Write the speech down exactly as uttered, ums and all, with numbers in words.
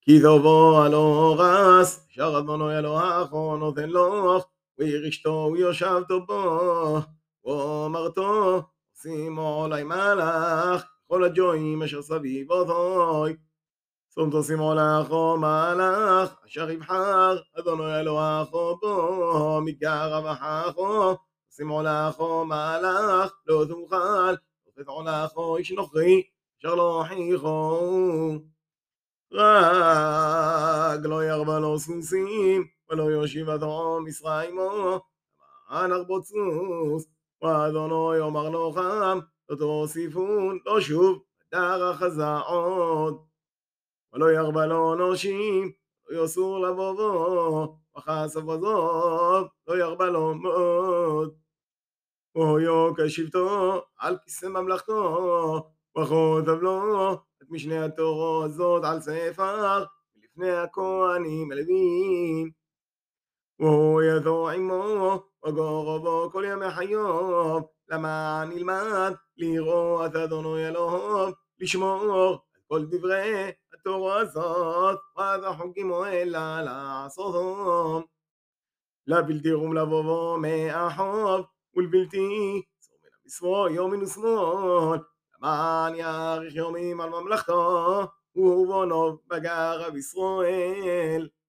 כי דובו הלא רס, שר אדונו אלוהיך נותן לך, וירשתו ויושבתו בו, ואמרתו, שימו עלי מלאך, כל הג'ויים אשר סביב אותוי. שום תשימו לך מלאך, אשר יבחר, אדונו אלוהיך בו, מתגר וחכו, שימו לך מלאך, לא תוכל, ותדעו לך איש נוכרי, אשר לא הוכיחו. רק לא ירבה לו סוסים, ולא יושיב אדום מצרימו, למען ארבות סוס, ואדונו יאמר לכם, לא תוסיפון, לא שוב, דרך הזעות, ולא ירבה לו אנושים, לא יסור לבובו, וכסף וזוב, לא ירבה לו מות. והיו כשבתו על כיסא ממלכתו, וכותב לו את משנה התורה הזאת על ספר, לפני הכהנים הלוויים. והוא יבוא עמו, וגורו בו כל ימי חייו, למען ילמד לראות אדונו אלוהיו, לשמור את כל דברי התורה הזאת, ואת החוקים האלה לעשותם. לבלתי רום לבובו מאחור, ולבלתי צור מן המשמאל יומין ושמאל, למען יאריך יומים על ממלכתו, ובונו בגר בישראל.